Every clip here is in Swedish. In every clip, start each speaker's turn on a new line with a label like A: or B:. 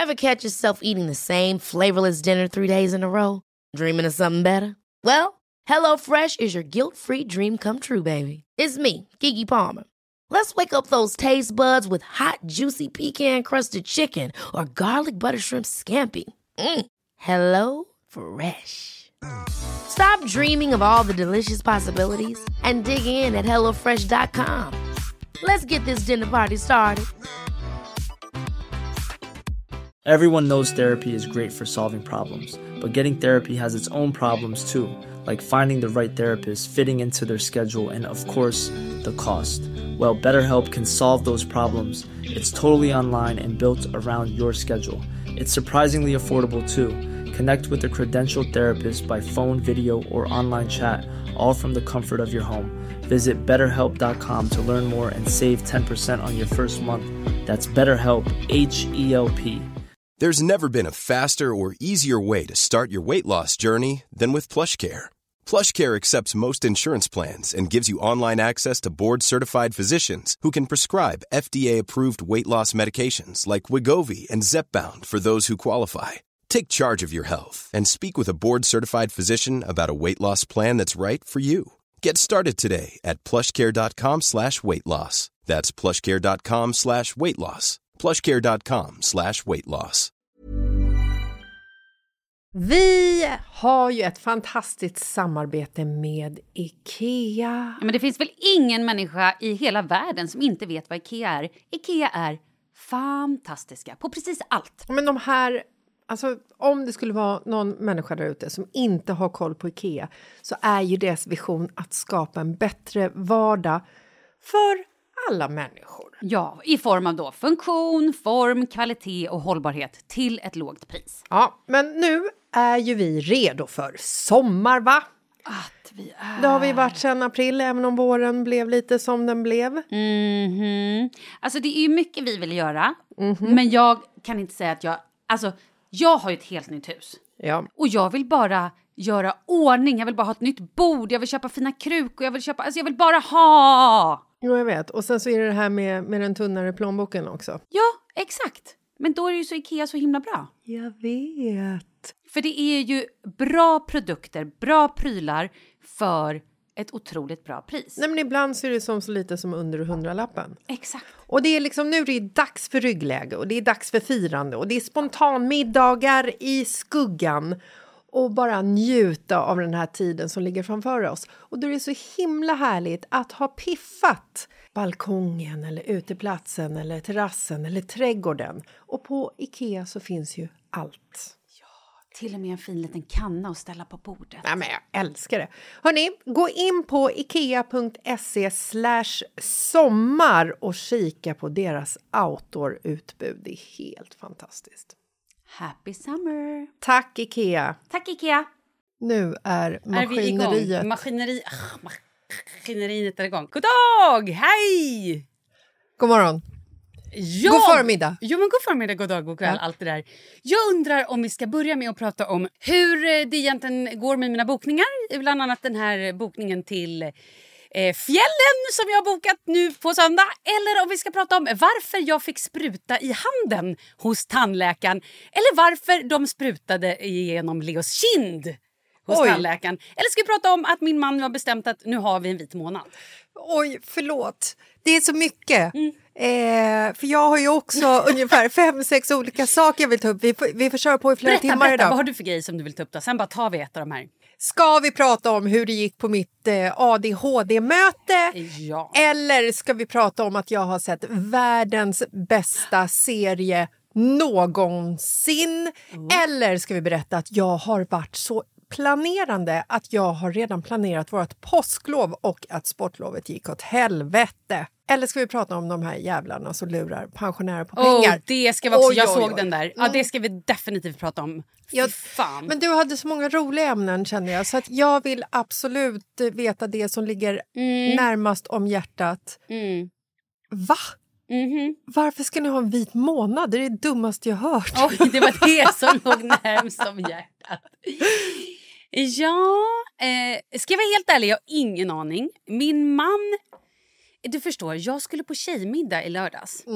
A: Ever catch yourself eating the same flavorless dinner 3 days in a row? Dreaming of something better? Well, HelloFresh is your guilt-free dream come true, baby. It's me, Keke Palmer. Let's wake up those taste buds with hot, juicy pecan-crusted chicken or garlic butter shrimp scampi. Hello Fresh. Stop dreaming of all the delicious possibilities and dig in at HelloFresh.com. Let's get this dinner party started.
B: Everyone knows therapy is great for solving problems, but getting therapy has its own problems too, like finding the right therapist, fitting into their schedule, and of course, the cost. Well, BetterHelp can solve those problems. It's totally online and built around your schedule. It's surprisingly affordable too. Connect with a credentialed therapist by phone, video, or online chat, all from the comfort of your home. Visit BetterHelp.com to learn more and save 10% on your first month. That's BetterHelp, H-E-L-P.
C: There's never been a faster or easier way to start your weight loss journey than with PlushCare. PlushCare accepts most insurance plans and gives you online access to board-certified physicians who can prescribe FDA-approved weight loss medications like Wegovy and Zepbound for those who qualify. Take charge of your health and speak with a board-certified physician about a weight loss plan that's right for you. Get started today at plushcare.com/weightloss. That's plushcare.com/weightloss. plushcare.com/weightloss.
D: Vi har ju ett fantastiskt samarbete med IKEA.
E: Men det finns väl ingen människa i hela världen som inte vet vad IKEA är. IKEA är fantastiska på precis allt.
D: Men de här, alltså om det skulle vara någon människa där ute som inte har koll på IKEA, så är ju deras vision att skapa en bättre vardag för alla människor.
E: Ja, i form av då funktion, form, kvalitet och hållbarhet till ett lågt pris.
D: Ja, men nu är ju vi redo för sommar, va?
E: Att vi är.
D: Det har vi varit sedan april, även om våren blev lite som den blev.
E: Alltså det är ju mycket vi vill göra. Men jag kan inte säga att jag har ju ett helt nytt hus.
D: Ja.
E: Och jag vill bara göra ordning. Jag vill bara ha ett nytt bord. Jag vill köpa fina krukor. Jag vill bara ha.
D: Jo, jag vet. Och sen så är det här med den tunnare plånboken också.
E: Ja, exakt. Men då är det ju så IKEA så himla bra.
D: Jag vet.
E: För det är ju bra produkter, bra prylar för ett otroligt bra pris.
D: Nej, men ibland så är det så lite som under 100-lappen.
E: Exakt.
D: Och det är liksom, nu är det dags för ryggläge och det är dags för firande och det är spontanmiddagar i skuggan. Och bara njuta av den här tiden som ligger framför oss. Och då är det så himla härligt att ha piffat balkongen eller uteplatsen eller terrassen eller trädgården. Och på IKEA så finns ju allt.
E: Till och med en fin liten kanna att ställa på bordet.
D: Ja, men jag älskar det. Hörrni, gå in på ikea.se/sommar och kika på deras outdoor-utbud. Det är helt fantastiskt.
E: Happy summer!
D: Tack IKEA!
E: Tack IKEA!
D: Nu är maskineriet...
E: Maskineriet är igång. God dag! Hej!
D: God morgon!
E: Ja.
D: God förmiddag!
E: Jo, men god förmiddag, god dag, god kväll, allt det där. Jag undrar om vi ska börja med att prata om hur det egentligen går med mina bokningar. Bland annat den här bokningen till fjällen som jag har bokat nu på söndag. Eller om vi ska prata om varför jag fick spruta i handen hos tandläkaren. Eller varför de sprutade genom Leos kind hos tandläkaren. Eller ska vi prata om att min man har bestämt att nu har vi en vit månad.
D: Oj, förlåt. Det är så mycket. För jag har ju också ungefär 5-6 olika saker jag vill ta upp. Vi får köra på i flera timmar idag.
E: Vad har du för grejer som du vill ta upp då? Sen bara tar vi ett av de här.
D: Ska vi prata om hur det gick på mitt ADHD-möte?
E: Ja.
D: Eller ska vi prata om att jag har sett världens bästa serie någonsin? Eller ska vi berätta att jag har varit så planerande att jag har redan planerat vårt påsklov och att sportlovet gick åt helvete? Eller ska vi prata om de här jävlarna som lurar pensionärer på pengar?
E: Det ska vi också. Jag såg den där. Ja, det ska vi definitivt prata om. Fan.
D: Men du hade så många roliga ämnen, känner jag. Så att jag vill absolut veta det som ligger närmast om hjärtat. Va? Varför ska ni ha en vit månad? Det är det dummaste jag hört.
E: Oj, det var det som låg närmast om hjärtat. Ja, ska jag vara helt ärlig, jag har ingen aning. Min man, du förstår, jag skulle på tjejmiddag i lördags.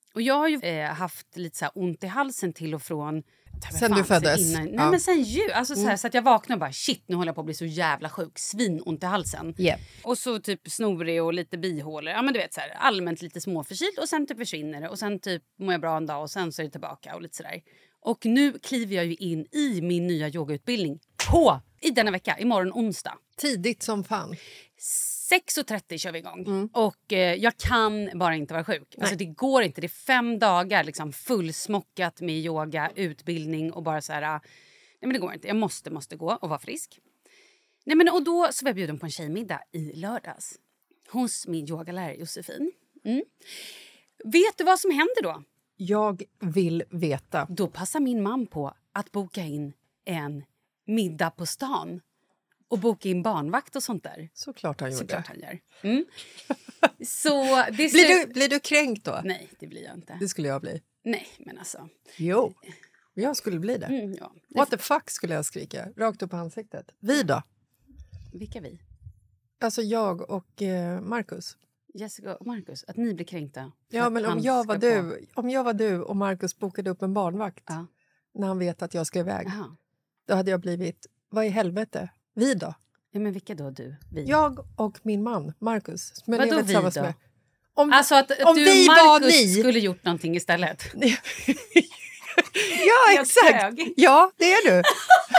E: Och jag har ju haft lite så här ont i halsen till och från.
D: Sen du föddes?
E: Nej, men sen ju. Alltså så att jag vaknar och bara shit, nu håller jag på att bli så jävla sjuk. Svinont i halsen.
D: Yeah.
E: Och så typ snorig och lite bihålor. Ja men du vet så här, allmänt lite småförkyld. Och sen typ försvinner det. Och sen typ mår jag bra en dag och sen så är det tillbaka och lite sådär. Och nu kliver jag ju in i min nya yogautbildning i denna vecka, imorgon onsdag.
D: Tidigt som fan.
E: 6.30 kör vi igång. Och jag kan bara inte vara sjuk. Alltså det går inte. Det är 5 dagar liksom fullsmockat med yoga, utbildning och bara så här. Nej men det går inte. Jag måste gå och vara frisk. Nej men och då så var jag bjuden på en tjejmiddag i lördags. Hos min yogalärare Josefin. Vet du vad som händer då?
D: Jag vill veta.
E: Då passar min man på att boka in en middag på stan. Och boka in barnvakt och sånt där.
D: Såklart han gjorde.
E: Såklart han gör. Så det
D: Blir du kränkt då?
E: Nej, det blir jag inte.
D: Det skulle jag bli.
E: Nej, men alltså.
D: Jo, jag skulle bli det.
E: Ja.
D: What the fuck skulle jag skrika. Rakt upp på ansiktet. Vi då?
E: Vilka vi?
D: Alltså jag och Marcus.
E: Jessica och Marcus. Att ni blir kränkta.
D: Ja, men om jag var du och Marcus bokade upp en barnvakt. När han vet att jag ska iväg.
E: Aha.
D: Då hade jag blivit, vad i helvete? Vi då?
E: Ja, men vilka då du? Vi?
D: Jag och min man, Marcus. Men
E: vadå vi då?
D: med.
E: Alltså att
D: om
E: du
D: vi
E: och
D: var
E: Marcus
D: ni
E: skulle gjort någonting istället.
D: Ja, exakt. Ja, det är du.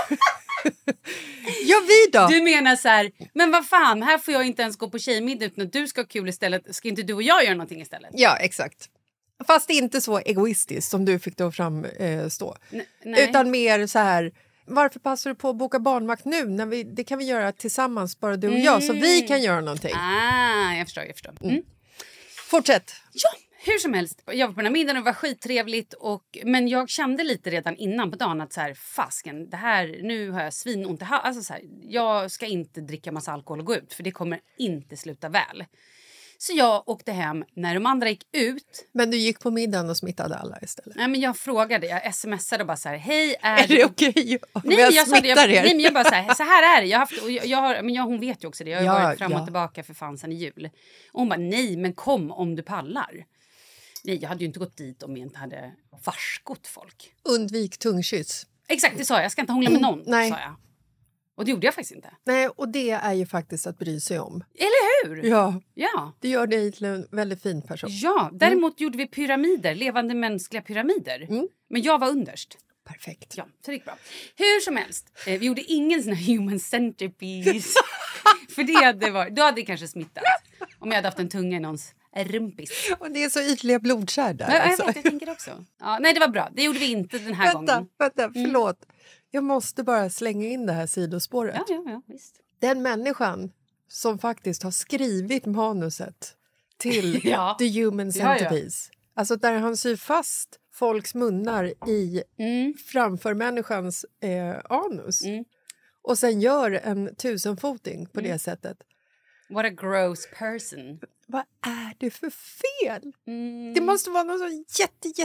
D: Ja, vi då?
E: Du menar så här, men vad fan, här får jag inte ens gå på tjejmiddag utan att du ska ha kul istället. Ska inte du och jag göra någonting istället?
D: Ja, exakt. Fast inte så egoistiskt som du fick då framstå.
E: Nej.
D: Utan mer så här, varför passar du på att boka barnvakt nu? Det kan vi göra tillsammans, bara du och jag, så vi kan göra någonting.
E: Jag förstår.
D: Fortsätt.
E: Ja, hur som helst. Jag var på den här middagen och det var skittrevligt. Men jag kände lite redan innan på dagen att så här, fasken, det här, nu har jag svinont. Alltså så här, jag ska inte dricka massa alkohol och gå ut, för det kommer inte sluta väl. Så jag åkte hem när de andra gick ut.
D: Men du gick på middagen och smittade alla istället?
E: Nej, men jag frågade, jag smsade och bara så här, hej,
D: är det okej?
E: Nej, jag sa det, nej, men jag bara så här är det. Hon vet ju också det. Jag har varit fram och tillbaka för fan sedan i jul. Och hon bara, nej, men kom om du pallar. Nej, jag hade ju inte gått dit om jag inte hade varskott folk.
D: Undvik tungkyss.
E: Exakt, det sa jag. Jag ska inte hångla med någon,
D: nej.
E: sa jag. Och det gjorde jag faktiskt inte.
D: Nej, och det är ju faktiskt att bry sig om.
E: Eller hur?
D: Ja. Det gör dig till en väldigt fin person.
E: Ja, däremot gjorde vi pyramider, levande mänskliga pyramider. Men jag var underst.
D: Perfekt.
E: Ja, så det gick bra. Hur som helst, vi gjorde ingen sån här human centerpiece. För då hade det kanske smittat. Om jag hade haft en tunga i någons rumpis.
D: Och det är så ytliga blodkärl där.
E: Jag tänker också. Ja, nej, det var bra. Det gjorde vi inte den här gången.
D: Vänta, förlåt. Jag måste bara slänga in det här sidospåret.
E: Ja, visst.
D: Den människan som faktiskt har skrivit manuset till The Human Centerpiece. Alltså där han syr fast folks munnar framför människans anus. Och sen gör en 1000-foting på det sättet.
E: What a gross person.
D: Vad är det för fel? Det måste vara något så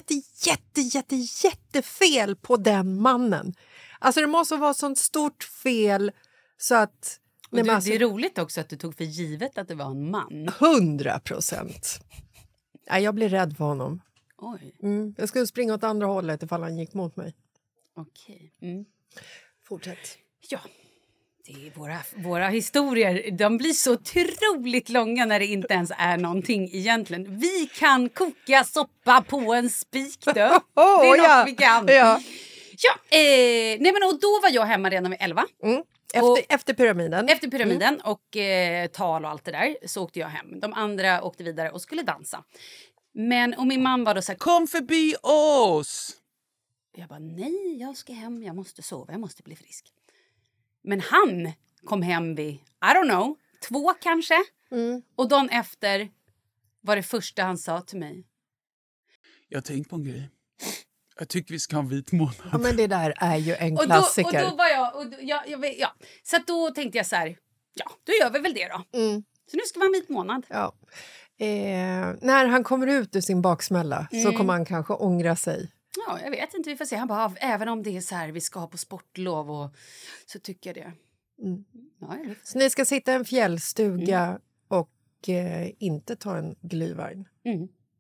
D: jättefel på den mannen. Alltså det måste vara sånt stort fel så att...
E: Det är roligt också att du tog för givet att det var en man.
D: 100%. Jag blir rädd för honom.
E: Oj.
D: Jag skulle springa åt andra hållet ifall han gick mot mig.
E: Okej.
D: Fortsätt.
E: Ja. Det är våra historier, de blir så otroligt långa när det inte ens är någonting egentligen. Vi kan koka soppa på en spik då. Det är något vi kan.
D: Ja.
E: Nej men och då var jag hemma redan vid 11.
D: Efter pyramiden.
E: Efter pyramiden och tal och allt det där så åkte jag hem. De andra åkte vidare och skulle dansa. Och min man var då så här,
F: kom förbi oss!
E: Jag bara, nej, jag ska hem, jag måste sova, jag måste bli frisk. Men han kom hem vid, I don't know, 2 kanske. Och dagen efter var det första han sa till mig.
F: Jag har tänkt på en grej. Jag tycker vi ska ha en vit månad.
D: Ja, men det där är ju en klassiker.
E: Och då var jag. Så att då tänkte jag så här, då gör vi väl det då. Så nu ska vi ha en vit månad.
D: Ja. När han kommer ut ur sin baksmälla så kommer han kanske ångra sig.
E: Ja, jag vet inte, vi får se. Han bara, även om det är så här, vi ska på sportlov och så tycker jag det. Ja, jag vet.
D: Så ni ska sitta i en fjällstuga och inte ta en glühwein.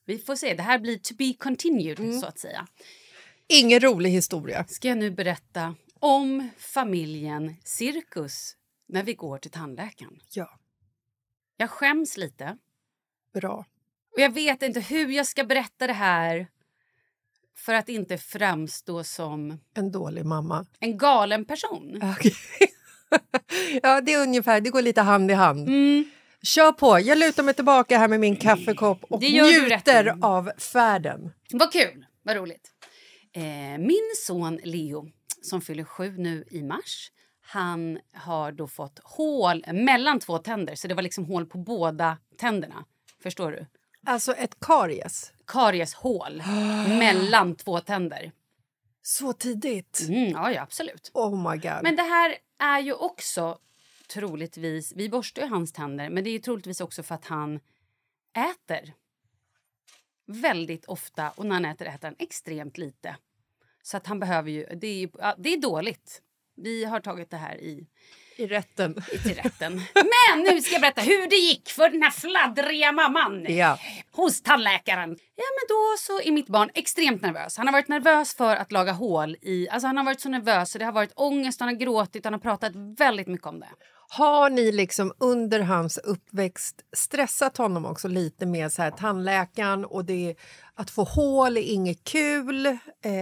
E: Vi får se. Det här blir to be continued, så att säga.
D: Ingen rolig historia.
E: Ska jag nu berätta om familjen Cirkus när vi går till tandläkaren.
D: Ja,
E: Jag skäms lite.
D: bra.
E: Och jag vet inte hur jag ska berätta det här för att inte framstå som
D: En dålig mamma.
E: en galen person.
D: Okej. Ja, det är ungefär, det går lite hand i hand. Kör på, jag lutar mig tillbaka här med min kaffekopp och
E: Det gör du rätt
D: njuter
E: i.
D: av färden.
E: Vad kul, vad roligt. Min son Leo, som fyller 7 nu i mars, han har då fått hål mellan 2 tänder. Så det var liksom hål på båda tänderna. Förstår du?
D: Alltså ett karies.
E: Karieshål mellan 2 tänder.
D: Så tidigt.
E: Ja, absolut.
D: Oh my god.
E: Men det här är ju också troligtvis... Vi borstar ju hans tänder, men det är ju troligtvis också för att han äter väldigt ofta. Och när han äter han extremt lite. Så att han behöver ju... Det är dåligt. Vi har tagit det här
D: I rätten.
E: till rätten. Men nu ska jag berätta hur det gick för den här fladdriga mamman.
D: Ja.
E: Hos tandläkaren. Ja, men då så är mitt barn extremt nervös. Han har varit nervös för att laga hål i... Alltså han har varit så nervös så det har varit ångest, han har gråtit, han har pratat väldigt mycket om det.
D: Har ni liksom under hans uppväxt stressat honom också lite med så här tandläkaren och det att få hål är inget kul?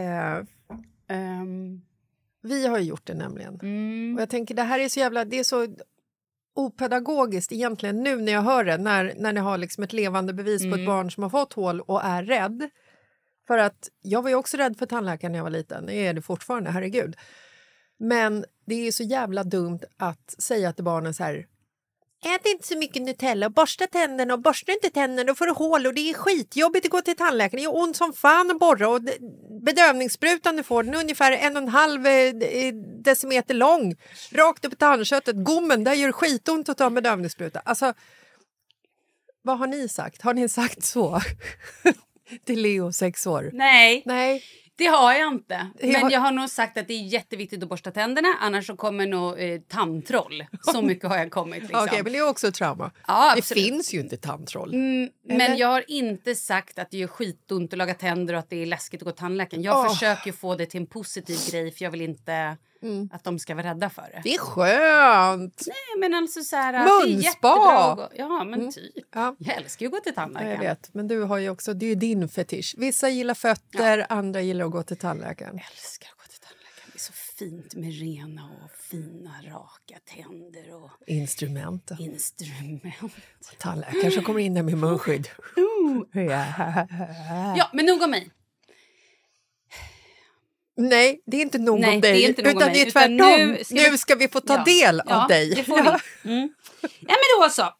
D: Vi har ju gjort det nämligen. Och jag tänker det här är så jävla, det är så opedagogiskt egentligen nu när jag hör det. När ni har liksom ett levande bevis på ett barn som har fått hål och är rädd. För att jag var ju också rädd för tandläkaren när jag var liten. Jag är det fortfarande, herregud. Men det är ju så jävla dumt att säga till barnen så här: ät inte så mycket Nutella och borsta tänderna, och borsta inte tänderna, då får du hål och det är skitjobbigt att gå till tandläkaren. Det gör ont som fan att borra och bedövningssprutan du får, den är ungefär 1,5 decimeter lång. Rakt upp i tandköttet, gommen, där gör skitont att ta en bedövningsspruta. Alltså, vad har ni sagt? Har ni sagt så? Till Leo 6 år?
E: Nej. Det har jag inte. Men jag har nog sagt att det är jätteviktigt att borsta tänderna. Annars så kommer nog tandtroll. Så mycket har jag kommit. Liksom.
D: Okej, men det är också ett trauma.
E: Ja,
D: det finns ju inte tandtroll.
E: Men jag har inte sagt att det gör skitont att laga tänder och att det är läskigt att gå till tandläkaren. Jag försöker få det till en positiv grej. För jag vill inte att de ska vara rädda för det.
D: Det är skönt.
E: Nej, men alltså så här...
D: Munspa!
E: Ja, men typ. Ja. Jag älskar ju att gå till tandläkaren.
D: Jag vet, men du har ju också... Det är ju din fetisch. Vissa gillar fötter, andra gillar att gå till tandläkaren.
E: Jag älskar att gå till tandläkaren. Det är så fint med rena och fina, raka tänder och...
D: Instrument.
E: Tandläkaren
D: som kommer in där med munskydd.
E: Ja, men nog om mig.
D: Nej, det är inte nog om dig.
E: Det är inte nog
D: utan
E: om mig,
D: det är tvärtom.
E: Nu
D: ska vi få ta del av dig.
E: Det får vi. Ja, men då så.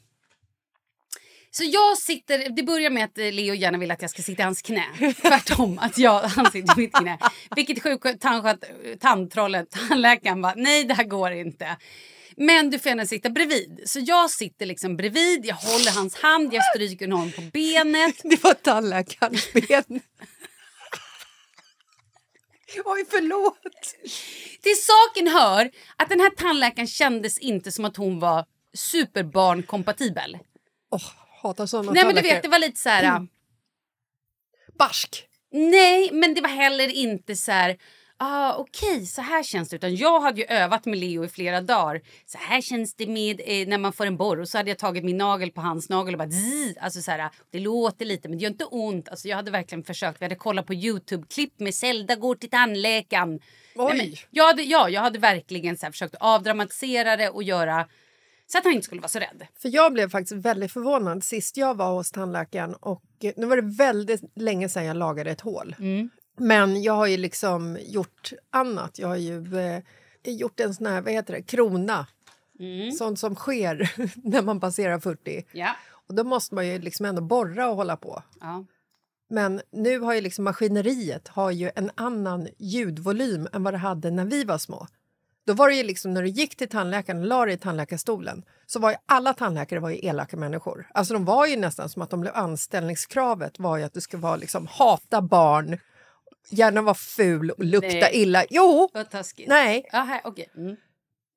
E: Så jag sitter... Det börjar med att Leo gärna vill att jag ska sitta i hans knä. Tvärtom, att han sitter i mitt knä. Vilket tandläkaren bara, nej, det här går inte. Men du får gärna sitta bredvid. Så jag sitter liksom bredvid, jag håller hans hand, jag stryker honom på benet.
D: Det var tandläkarens ben. Oj, förlåt.
E: Till saken hör att den här tandläkaren kändes inte som att hon var superbarnkompatibel.
D: Hatar sådana
E: Nej, men
D: tandläkare.
E: du vet, det var lite så här...
D: Barsk.
E: Nej, men det var heller inte så här... okej, så här känns det. Utan jag hade ju övat med Leo i flera dagar. Så här känns det med när man får en borr. Och så hade jag tagit min nagel på hans nagel och bara... Alltså så här, det låter lite, men det gör inte ont. Alltså jag hade verkligen försökt. Vi hade kollat på YouTube-klipp med Zelda går till tandläkaren.
D: Oj.
E: Nej, men jag hade verkligen så här försökt avdramatisera det och göra... Så att han inte skulle vara så rädd.
D: För jag blev faktiskt väldigt förvånad sist jag var hos tandläkaren. Och nu var det väldigt länge sedan jag lagade ett hål. Men jag har ju liksom gjort annat. Jag har ju gjort en sån här, vad heter det, krona. Sånt som sker när man passerar 40.
E: Ja.
D: Och då måste man ju liksom ändå borra och hålla på.
E: Ja.
D: Men nu har ju liksom maskineriet har ju en annan ljudvolym än vad det hade när vi var små. Då var det ju liksom när du gick till tandläkaren och la dig i tandläkarstolen så var ju alla tandläkare var ju elaka människor. Alltså de var ju nästan som att de blev anställningskravet var ju att du ska vara liksom hata barn, gärna vara ful och lukta illa. Jo!
E: Vad taskigt.
D: Nej.
E: Aha, okej.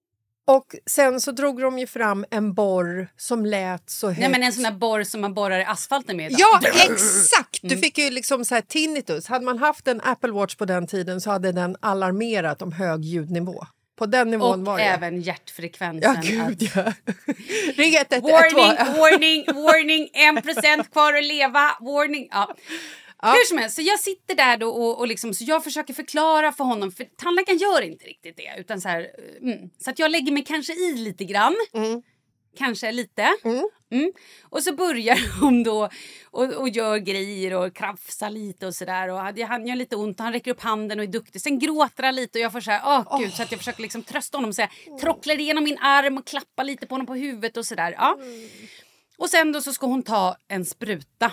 D: Och sen så drog de ju fram en borr som lät så högt.
E: Nej, men en sån där borr som man borrar i asfalten med idag.
D: Ja, exakt! Du fick ju liksom så här tinnitus. Hade man haft en Apple Watch på den tiden så hade den alarmerat om hög ljudnivå. På den nivån
E: och
D: var det.
E: även hjärtfrekvensen.
D: Ja, gud, ja. Ring 112.
E: Warning, 1% kvar att leva. Warning. Ja. Hur som helst, så jag sitter där då och liksom, så jag försöker förklara för honom, för tandläkaren gör inte riktigt det, utan så här, så att jag lägger mig kanske i lite grann. Kanske lite. Och så börjar hon då och gör grejer och krafsar lite och sådär. Och han gör lite ont, han räcker upp handen och är duktig. Sen gråter han lite och jag får så här, gud, så att jag försöker liksom trösta honom. Så jag trocklar igenom min arm och klappar lite på honom på huvudet och sådär. Ja. Och sen då så ska hon ta en spruta.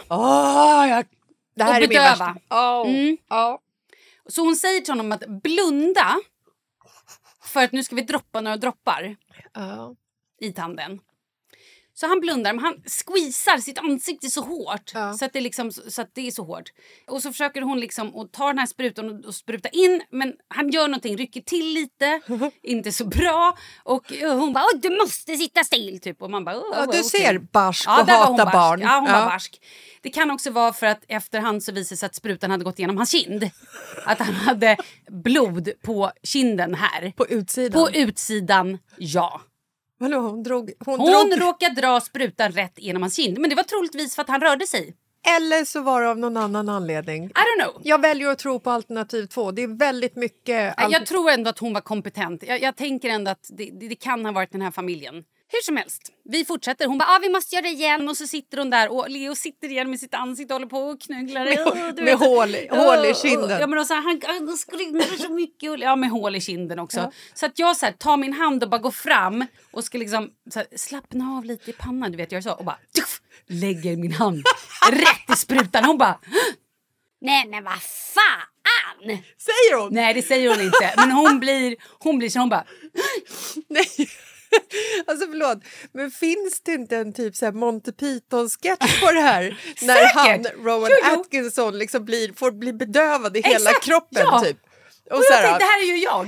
D: Det här
E: och
D: är
E: bedöva.
D: Ja.
E: Så hon säger till honom att blunda för att nu ska vi droppa några droppar i tanden. Så han blundar, men han squeezar sitt ansikte så hårt så att det liksom, så att det är så hårt. Och så försöker hon liksom att ta den här sprutan och spruta in, men han gör någonting, rycker till lite, inte så bra. Och hon bara, du måste sitta still typ. Och man bara,
D: du ser barsk och hatar barn.
E: Ja, hon var barsk. Det kan också vara för att efterhand så visade sig att sprutan hade gått igenom hans kind. Att han hade blod på kinden här.
D: På utsidan?
E: På utsidan, ja.
D: Hon
E: råkade dra sprutan rätt genom hans kind. Men det var troligtvis för att han rörde sig.
D: Eller så var det av någon annan anledning.
E: I don't know.
D: Jag väljer att tro på alternativ 2. Det är väldigt mycket...
E: Jag tror ändå att hon var kompetent. Jag tänker ändå att det kan ha varit den här familjen. Hur som helst, vi fortsätter. Hon bara, vi måste göra det igen. Och så sitter hon där och Leo sitter igen med sitt ansikte och håller på och knögglar.
D: Med hål i kinden.
E: Ja, men och så här, han skriver så mycket. Ja, med hål i kinden också. Ja. Så att jag så här, tar min hand och bara går fram och ska liksom så här, slappna av lite i pannan. Du vet, jag så. Och bara lägger min hand rätt i sprutan. Hon bara, nej men vad fan!
D: Säger hon?
E: Nej, det säger hon inte. Men hon blir så hon bara,
D: nej. Alltså förlåt, men finns det inte en typ så här Monty Python-sketch på det här? När Rowan Atkinson liksom får bli bedövad i hela kroppen typ.
E: Och jag tänkte, det här är ju jag.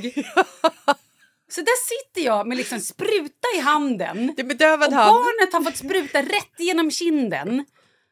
E: Så där sitter jag med liksom spruta i handen.
D: Det är bedövad
E: och
D: hand.
E: Barnet har fått spruta rätt genom kinden.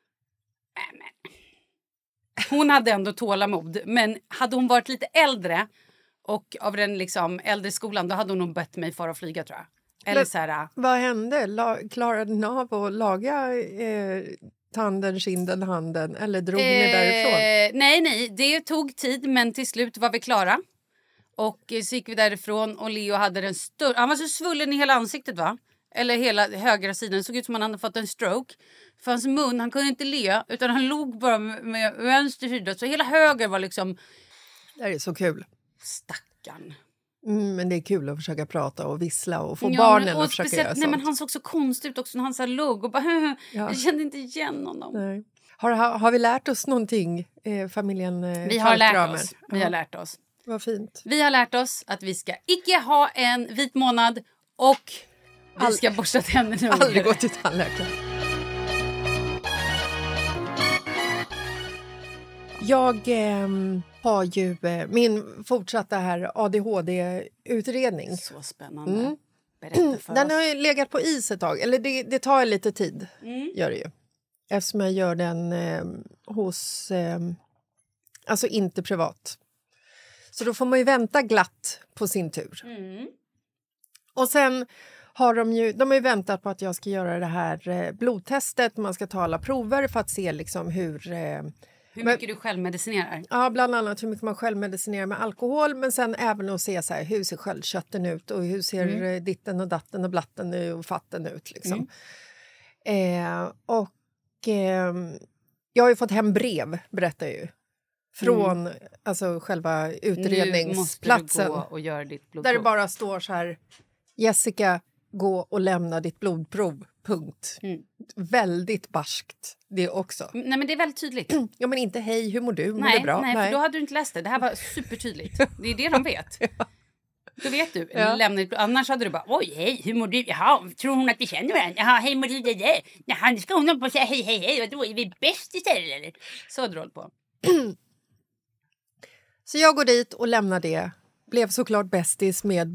E: Hon hade ändå tålamod. Men hade hon varit lite äldre och av den liksom äldre skolan, då hade hon nog bett mig fara och flyga, tror jag. Eller så här,
D: vad hände? Klarade ni av att laga tanden, kinden, handen? Eller drog ni därifrån?
E: Nej, det tog tid, men till slut var vi klara. Och så gick vi därifrån och Leo hade den större... Han var så svullen i hela ansiktet, va? Eller hela högra sidan. Det såg ut som han hade fått en stroke. För hans mun, han kunde inte le, utan han log bara med vänster sida. Så hela höger var liksom...
D: Det är så kul.
E: Stackarn.
D: Men det är kul att försöka prata och vissla och få barnen att försöka göra sånt.
E: Nej, men han såg så konstigt ut också när han så låg och bara, jag kände inte igen honom.
D: Nej. Har vi lärt oss någonting, familjen
E: Vi har lärt oss.
D: Vad fint.
E: Vi har lärt oss att vi ska icke ha en vit månad och vi ska borsta tänderna.
D: Aldrig gå till tandläkaren. Jag har ju min fortsatta här ADHD-utredning.
E: Så spännande. Berätta för
D: den
E: oss.
D: har ju legat på is ett tag. Eller det tar lite tid, gör det ju. Eftersom jag gör den hos... alltså inte privat. Så då får man ju vänta glatt på sin tur. Och sen har de har ju väntat på att jag ska göra det här blodtestet. Man ska ta alla prover för att se liksom hur
E: mycket du självmedicinerar.
D: Ja, bland annat hur mycket man självmedicinerar med alkohol. Men sen även att se så här, hur ser sköldkörteln ut och hur ser ditten och datten och blatten och fatten ut. Liksom. Jag har ju fått hem brev, berättar jag ju. Från alltså, själva utredningsplatsen.
E: Nu måste du gå och göra ditt blodprov.
D: Där det bara står så här, Jessica, gå och lämna ditt blodprov. Punkt. Väldigt barskt det också.
E: Nej, men det är väldigt tydligt.
D: Ja, men inte hej, hur mår du? Mår det bra?
E: Nej, för då hade du inte läst det. Det här var supertydligt. Det är det de vet. Då vet du. Annars hade du bara, oj, hej, hur mår du? Jaha, tror hon att vi känner varandra? Jaha, hej, mår du? Jaha, nu ska hon på säga hej. Och då är vi bäst istället, eller? Så hade du hållit på.
D: Så jag går dit och lämnar det Blev såklart bästis med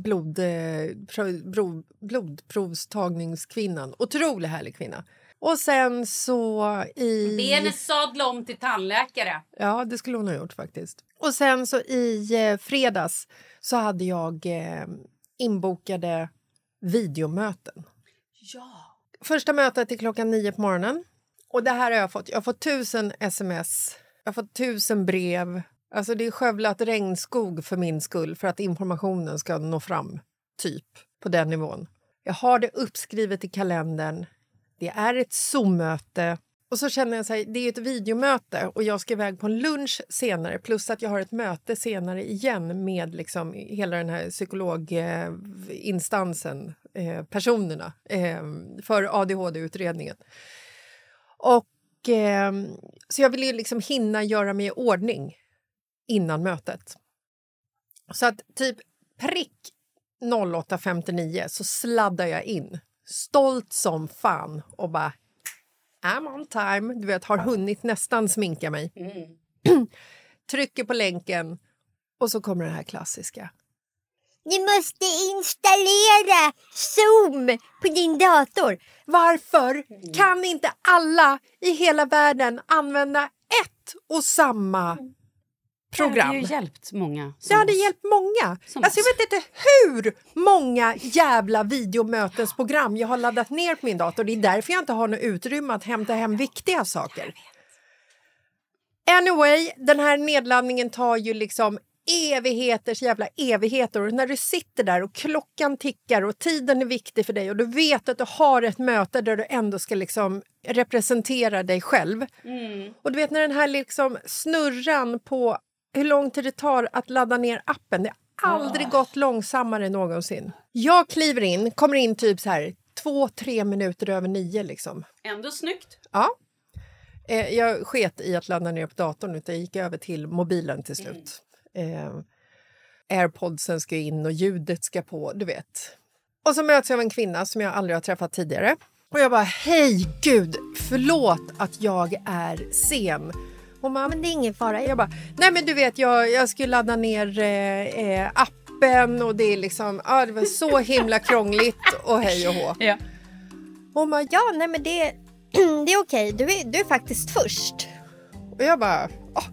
D: blodprovstagningskvinnan. Otroligt härlig kvinna. Och sen så
E: Det är hennes sadla om till tandläkare.
D: Ja, det skulle hon ha gjort faktiskt. Och sen så i fredags så hade jag inbokade videomöten.
E: Ja.
D: Första mötet är 9:00 på morgonen. Och det här har jag fått. Jag har fått 1000 sms. Jag har fått 1000 brev. Alltså det är skövlat regnskog för min skull. För att informationen ska nå fram. Typ på den nivån. Jag har det uppskrivet i kalendern. Det är ett Zoom-möte. Och så känner jag så här, det är ett videomöte. Och jag ska iväg på en lunch senare. Plus att jag har ett möte senare igen. Med liksom hela den här psykologinstansen. Personerna. För ADHD-utredningen. Och så jag vill ju liksom hinna göra mig i ordning innan mötet. Så att typ prick 08:59 så sladdar jag in. Stolt som fan och bara I'm on time. Du vet, har hunnit nästan sminka mig. Trycker på länken och så kommer det här klassiska.
G: Du måste installera Zoom på din dator.
D: Varför kan inte alla i hela världen använda ett och samma program?
E: Det hade ju hjälpt många.
D: Det hade hjälpt många. Alltså jag vet inte hur många jävla videomötesprogram jag har laddat ner på min dator. Det är därför jag inte har något utrymme att hämta hem viktiga saker. Anyway, den här nedladdningen tar ju liksom jävla evigheter. Och när du sitter där och klockan tickar och tiden är viktig för dig och du vet att du har ett möte där du ändå ska liksom representera dig själv. Och du vet när den här liksom snurran på hur lång tid det tar att ladda ner appen, det har aldrig gått långsammare någonsin. Jag kliver in, kommer in typ så här 2-3 minuter över 9 liksom.
E: Ändå snyggt.
D: Ja. Jag sket i att ladda ner på datorn utan jag gick över till mobilen till slut. Airpodsen ska in och ljudet ska på, du vet. Och så möts jag av en kvinna som jag aldrig har träffat tidigare. Och jag bara, hej gud, förlåt att jag är sen. Och man, men det är ingen fara. Jag bara, nej men du vet, jag skulle ladda ner appen och det är liksom, det var så himla krångligt och hej och hå.
E: Ja.
D: Och man,
G: Ja, nej men det är okej. Du är faktiskt först.
D: och jag bara,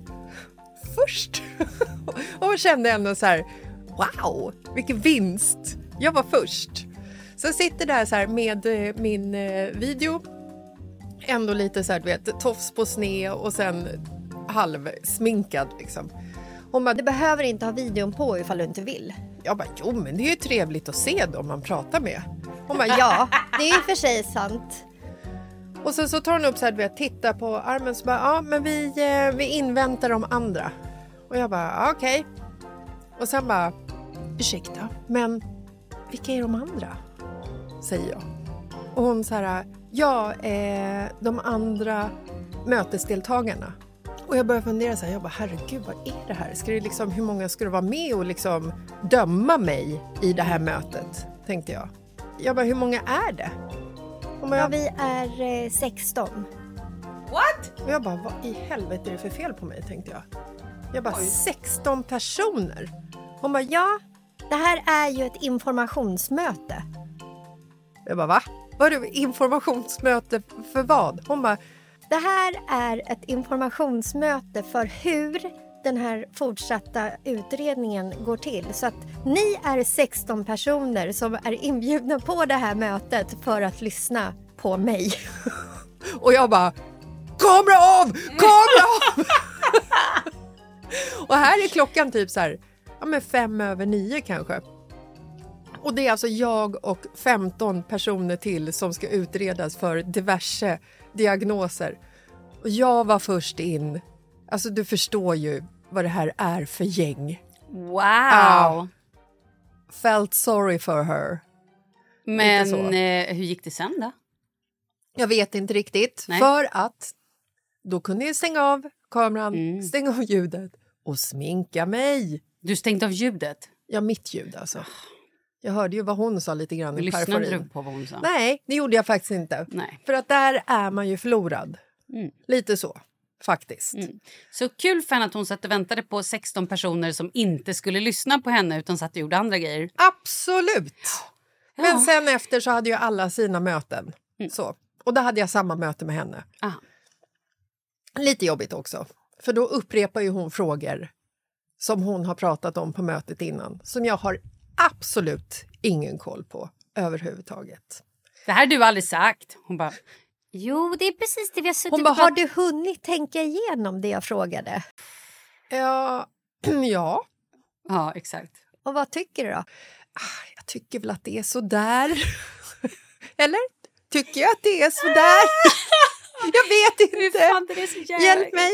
D: först. Och kände ändå så här, wow, vilken vinst. Jag var först. Så jag sitter där så här med min video. Ändå lite så här, du vet, tofs på sne och sen halvsminkad liksom. Hon bara,
G: Du behöver inte ha videon på ifall du inte vill.
D: jag bara, jo men det är ju trevligt att se dem man pratar med. Hon bara,
G: Ja, det är ju för sig sant.
D: Och sen så tar hon upp så här, du vet, tittar på armen så bara, ja men vi inväntar de andra. Och jag bara, okej. Och sen bara, ursäkta, men vilka är de andra? Säger jag. Och hon så här, de andra mötesdeltagarna. Och jag börjar fundera så här, jag bara, herregud, vad är det här? Ska det liksom, hur många ska det vara med och liksom döma mig i det här mötet? Tänkte jag. Jag bara, hur många är det? Och
G: Ja, vi är 16.
E: What?
D: och jag bara, vad i helvete är det för fel på mig, tänkte jag. Jag bara, 16 personer. Hon bara,
G: Ja, det här är ju ett informationsmöte.
D: jag bara, va? Vad är det informationsmöte för vad? Hon bara,
G: Det här är ett informationsmöte för hur den här fortsatta utredningen går till. Så att ni är 16 personer som är inbjudna på det här mötet för att lyssna på mig.
D: och jag bara, kamera av! Kamera av! Och här är klockan typ så här, 9:05 kanske. Och det är alltså jag och 15 personer till som ska utredas för diverse diagnoser. Och jag var först in. Alltså du förstår ju vad det här är för gäng.
E: Wow.
D: Felt sorry for her.
E: Men
D: så.
E: hur gick det sen då?
D: Jag vet inte riktigt.
E: Nej.
D: För att då kunde jag stänga av kameran, stänga av ljudet och sminka mig.
E: Du stängde av ljudet.
D: Ja, mitt ljud alltså. Jag hörde ju vad hon sa lite grann i
E: Lyssnade
D: periferin.
E: du på vad hon sa?
D: Nej, det gjorde jag faktiskt inte.
E: Nej.
D: För att där är man ju förlorad. Lite så. faktiskt.
E: Så kul för henne att hon satt och väntade på 16 personer som inte skulle lyssna på henne utan satt och gjorde andra grejer.
D: Absolut! Men sen efter så hade ju alla sina möten. Så. Och då hade jag samma möte med henne. Lite jobbigt också. För då upprepar ju hon frågor som hon har pratat om på mötet innan. Som jag har absolut ingen koll på överhuvudtaget.
E: Det här har du aldrig sagt. Hon bara...
G: Jo, det är precis det vi har suttit
D: Hon bara,
G: och
D: har
G: du hunnit tänka igenom det jag frågade?
D: Ja.
E: Ja, exakt.
G: Och vad tycker du då?
D: Jag tycker väl att det är så där. Eller? Tycker jag att det är så där? Jag vet inte.
E: Det är så
D: hjälp mig.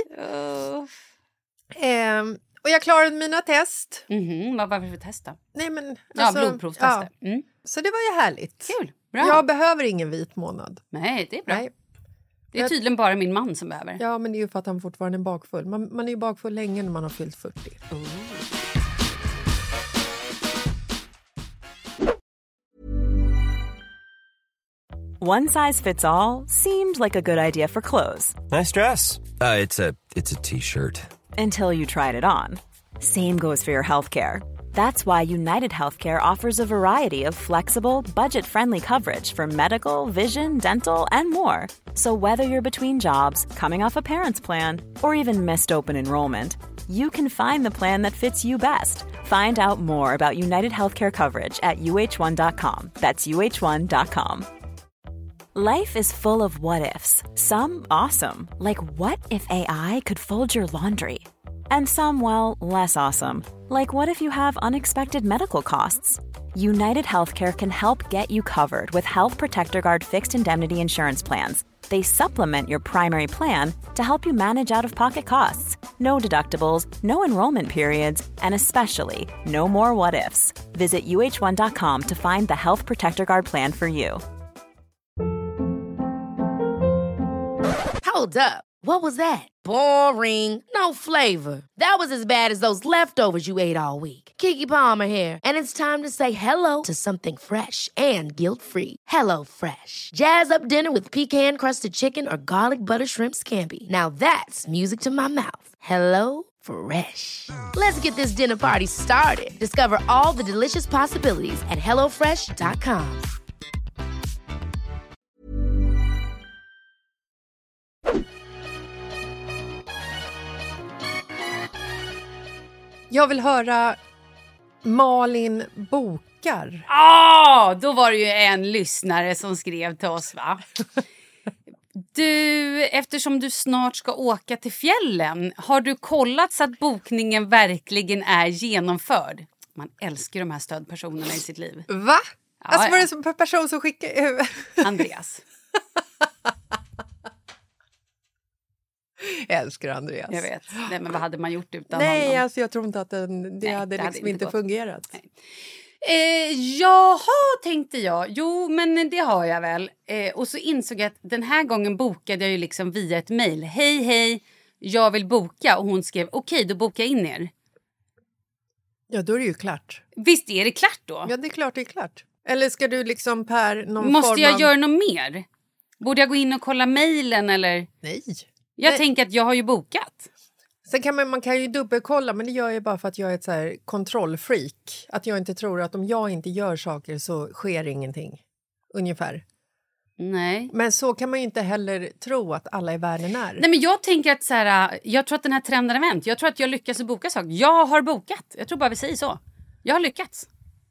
D: Och jag klarade mina test.
E: Vad var det för test då?
D: Nej, men,
E: blodprovstester.
D: Ja. Så det var ju härligt.
E: Kul, bra.
D: Jag behöver ingen vit månad.
E: Nej, det är bra.
D: Nej.
E: Det är tydligen bara min man som behöver.
D: Ja, men det är ju för att han fortfarande är bakfull. Man är ju bakfull länge när man har fyllt 40.
H: One size fits all seemed like a good idea for clothes.
I: Nice dress. It's a t-shirt.
H: Until you tried it on. Same goes for your healthcare. That's why United Healthcare offers a variety of flexible, budget-friendly coverage for medical, vision, dental, and more. So whether you're between jobs, coming off a parent's plan, or even missed open enrollment, you can find the plan that fits you best. Find out more about United Healthcare coverage at uh1.com. That's uh1.com. Life is full of what-ifs. Some awesome, like what if AI could fold your laundry? And some, well, less awesome, like what if you have unexpected medical costs? United Healthcare can help get you covered with Health Protector Guard fixed indemnity insurance plans. They supplement your primary plan to help you manage out-of-pocket costs. No deductibles, no enrollment periods, and especially no more what-ifs. Visit uh1.com to find the Health Protector Guard plan for you.
A: Hold up. What was that? Boring. No flavor. That was as bad as those leftovers you ate all week. Keke Palmer here, and it's time to say hello to something fresh and guilt-free. Hello Fresh. Jazz up dinner with pecan-crusted chicken or garlic butter shrimp scampi. Now that's music to my mouth. Hello Fresh. Let's get this dinner party started. Discover all the delicious possibilities at hellofresh.com.
D: Jag vill höra Malin bokar.
E: Då var det ju en lyssnare som skrev till oss, va? Du, eftersom du snart ska åka till fjällen, har du kollat så att bokningen verkligen är genomförd? Man älskar de här stödpersonerna i sitt liv.
D: Va? Alltså var det som en person som skickade...
E: Andreas.
D: Jag älskar Andreas.
E: Jag vet. Nej, men vad hade man gjort utan
D: honom?
E: honom?
D: Alltså jag tror inte att det hade liksom inte fungerat.
E: Jaha, tänkte jag. Jo, men det har jag väl. Och så insåg jag att den här gången bokade jag ju liksom via ett mejl. Hej, jag vill boka. Och hon skrev, okej, då bokar jag in er.
D: Ja, då är det ju klart.
E: Visst är det klart då?
D: Ja, det är klart, det är klart. Eller ska du liksom
E: Måste jag göra något mer? Borde jag gå in och kolla mejlen eller?
D: Nej.
E: Jag tänker att jag har ju bokat.
D: Sen kan man kan ju dubbelkolla, men det gör jag bara för att jag är ett så här kontrollfreak. Att jag inte tror att om jag inte gör saker så sker ingenting. Ungefär.
E: Nej.
D: Men så kan man ju inte heller tro att alla i världen är.
E: Nej, men jag tänker att så här, jag tror att den här trenden är vänt. Jag tror att jag lyckas att boka saker. Jag har bokat. Jag tror bara vi säger så. Jag har lyckats.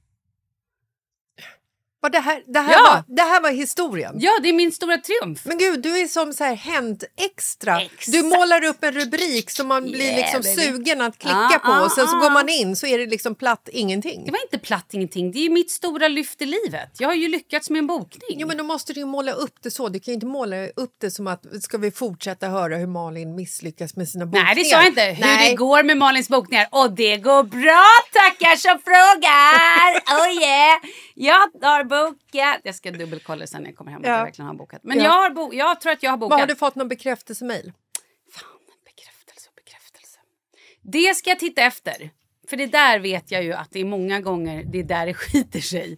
D: Det här var historien.
E: Ja, det är min stora triumf.
D: Men gud, du är som så här Hänt Extra. Du målar upp en rubrik som man blir liksom sugen att klicka på. Och sen så går man in så är det liksom platt ingenting.
E: Det var inte platt ingenting. Det är ju mitt stora lyft i livet. Jag har ju lyckats med en bokning.
D: Jo, men då måste du ju måla upp det så. Du kan ju inte måla upp det som att ska vi fortsätta höra hur Malin misslyckas med sina bokningar.
E: Nej, det sa jag inte. Hur det går med Malins bokningar. Och det går bra, tackar som frågar. Oh yeah. Jag har bokat. Jag ska dubbelkolla sen när jag kommer hem att jag verkligen har bokat. Men jag tror att jag har bokat.
D: Vad har du fått någon bekräftelsemail?
E: Fan, bekräftelse. Det ska jag titta efter. För det där vet jag ju att det är många gånger det är där det skiter sig.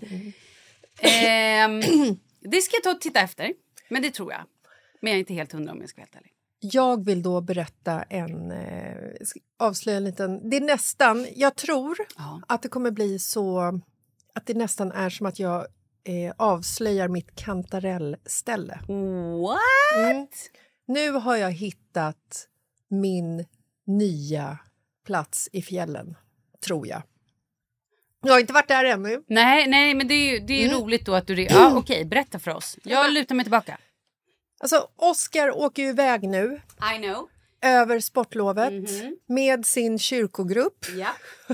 E: Det ska jag ta och titta efter. Men det tror jag. Men jag är inte helt hundra om jag ska vara helt ärlig.
D: Jag vill då berätta avslöja en liten... Det är nästan, jag tror att det kommer bli så att det nästan är som att jag avslöjar mitt kantarellställe.
E: What?
D: Nu har jag hittat min nya plats i fjällen, tror jag. Jag har inte varit där ännu.
E: Nej, men det är ju roligt då att du... okej, berätta för oss. Jag lutar mig tillbaka.
D: Alltså, Oscar åker ju iväg nu.
E: I know.
D: Över sportlovet med sin kyrkogrupp.
E: Ja.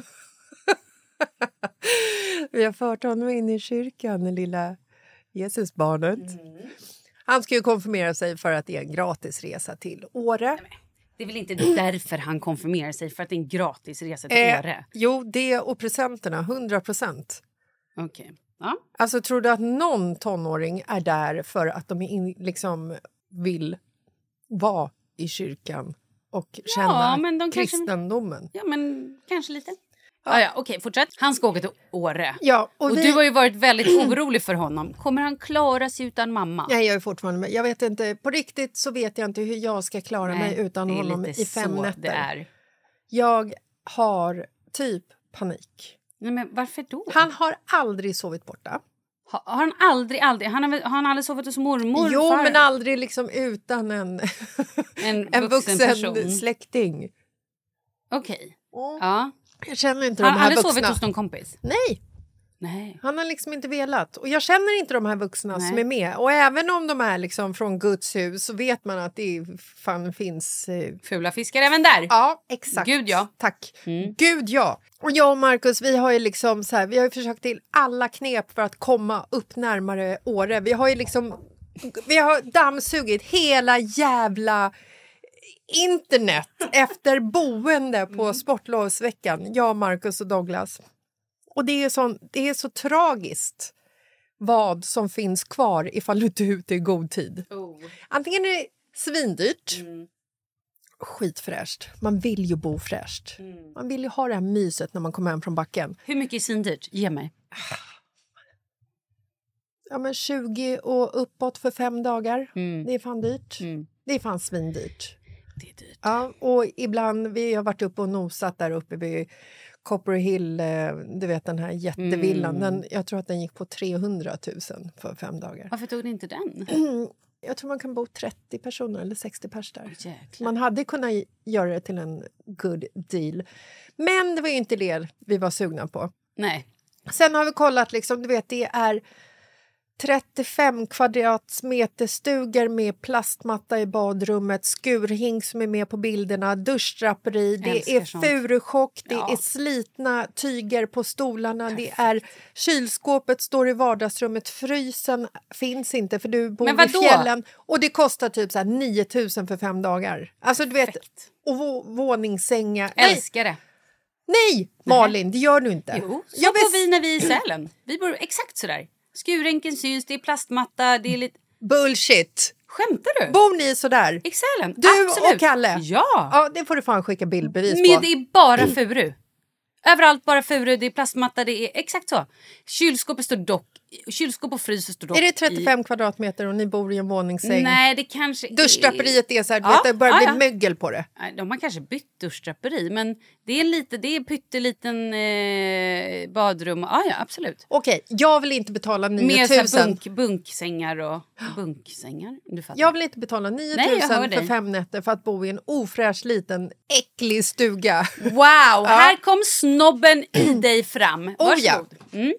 D: Vi har fört honom in i kyrkan, det lilla Jesusbarnet. Han ska ju konfirmera sig för att det är en gratis resa till Åre.
E: Det är väl inte därför han konfirmerar sig, för att det är en gratis resa till Åre?
D: Jo, det och presenterna, 100%.
E: Okej. Ja.
D: Alltså, tror du att någon tonåring är där för att de liksom vill vara i kyrkan och känna kristendomen?
E: Ja, men kanske lite. Ja, okej, fortsätt. Han ska åka till Åre.
D: Ja,
E: och du har ju varit väldigt orolig för honom. Kommer han klara sig utan mamma?
D: Nej, jag är fortfarande med. Jag vet inte, på riktigt så vet jag inte hur jag ska klara mig utan honom i 5 nätter.
E: Det är.
D: Jag har typ panik.
E: Nej, men varför då?
D: Han har aldrig sovit borta.
E: Har han aldrig? Har han aldrig sovit hos mormor?
D: Jo, men aldrig liksom utan en vuxen släkting.
E: Okej. Ja.
D: Jag känner inte de här vuxna.
E: Han har aldrig sovit hos någon kompis?
D: Nej. Han har liksom inte velat. Och jag känner inte de här vuxna som är med. Och även om de är liksom från Guds hus så vet man att det finns...
E: Fula fiskar även där.
D: Ja, exakt.
E: Gud ja.
D: Tack. Gud ja. Och jag och Marcus, vi har ju liksom så här, vi har ju försökt till alla knep för att komma upp närmare Åre. Vi har ju liksom... Vi har dammsugit hela jävla... internet efter boende på sportlovsveckan. Jag, Marcus och Douglas. Och det är så tragiskt vad som finns kvar ifall du inte är ute i god tid. Antingen är det svindyrt, skitfräscht. Man vill ju bo fräscht. Man vill ju ha det här myset när man kommer hem från backen.
E: Hur mycket är svindyrt? Ge mig.
D: Ja, men 20 och uppåt för 5 dagar. Det är fan dyrt. Det är fan svindyrt.
E: Det är dyrt.
D: Ja, och ibland, vi har varit uppe och nosat där uppe vid Copper Hill, du vet den här jättevillan. Jag tror att den gick på 300 000 för 5 dagar.
E: Varför tog ni inte den?
D: Jag tror man kan bo 30 personer eller 60 pers där.
E: Jäklar.
D: Man hade kunnat göra det till en good deal. Men det var ju inte det vi var sugna på.
E: Nej.
D: Sen har vi kollat, liksom, du vet, det är 35 kvadratmeter stugor med plastmatta i badrummet, skurhink som är med på bilderna, duschdraperi, det är furuchock, det är slitna tyger på stolarna, det är kylskåpet står i vardagsrummet, frysen finns inte för du bor i fjällen och det kostar typ så här 9 000 för 5 dagar. Alltså du vet, och våningssängar.
E: Älskar det.
D: Nej, Malin, det gör du inte.
E: Jo, så bor vi när vi är i Sälen. Vi bor exakt sådär. Skurränken syns, det är plastmatta, det är lite...
D: Bullshit!
E: Skämtar du?
D: Bor ni sådär?
E: I Sälen,
D: du
E: absolut.
D: Och Kalle?
E: Ja!
D: Ja, det får du fan skicka bildbevis på.
E: Men det är bara furu. Överallt bara furu, det är plastmatta, det är exakt så. Kylskåpet står dock... Kylskåp och frys står dock.
D: Är det 35 kvadratmeter och ni bor i en våningssäng?
E: Nej, det kanske...
D: Duschdraperiet är så här, det börjar bli mögel på det.
E: De har kanske bytt duschdraperi, men det är pytteliten badrum. Ja, absolut.
D: Okej, jag vill inte betala 9 000.
E: Mer bunksängar och bunksängar. Du fattar.
D: Jag vill inte betala 9 000 för 5 nätter för att bo i en ofräsch liten äcklig stuga.
E: Wow, här kom snobben i dig fram. Varsågod.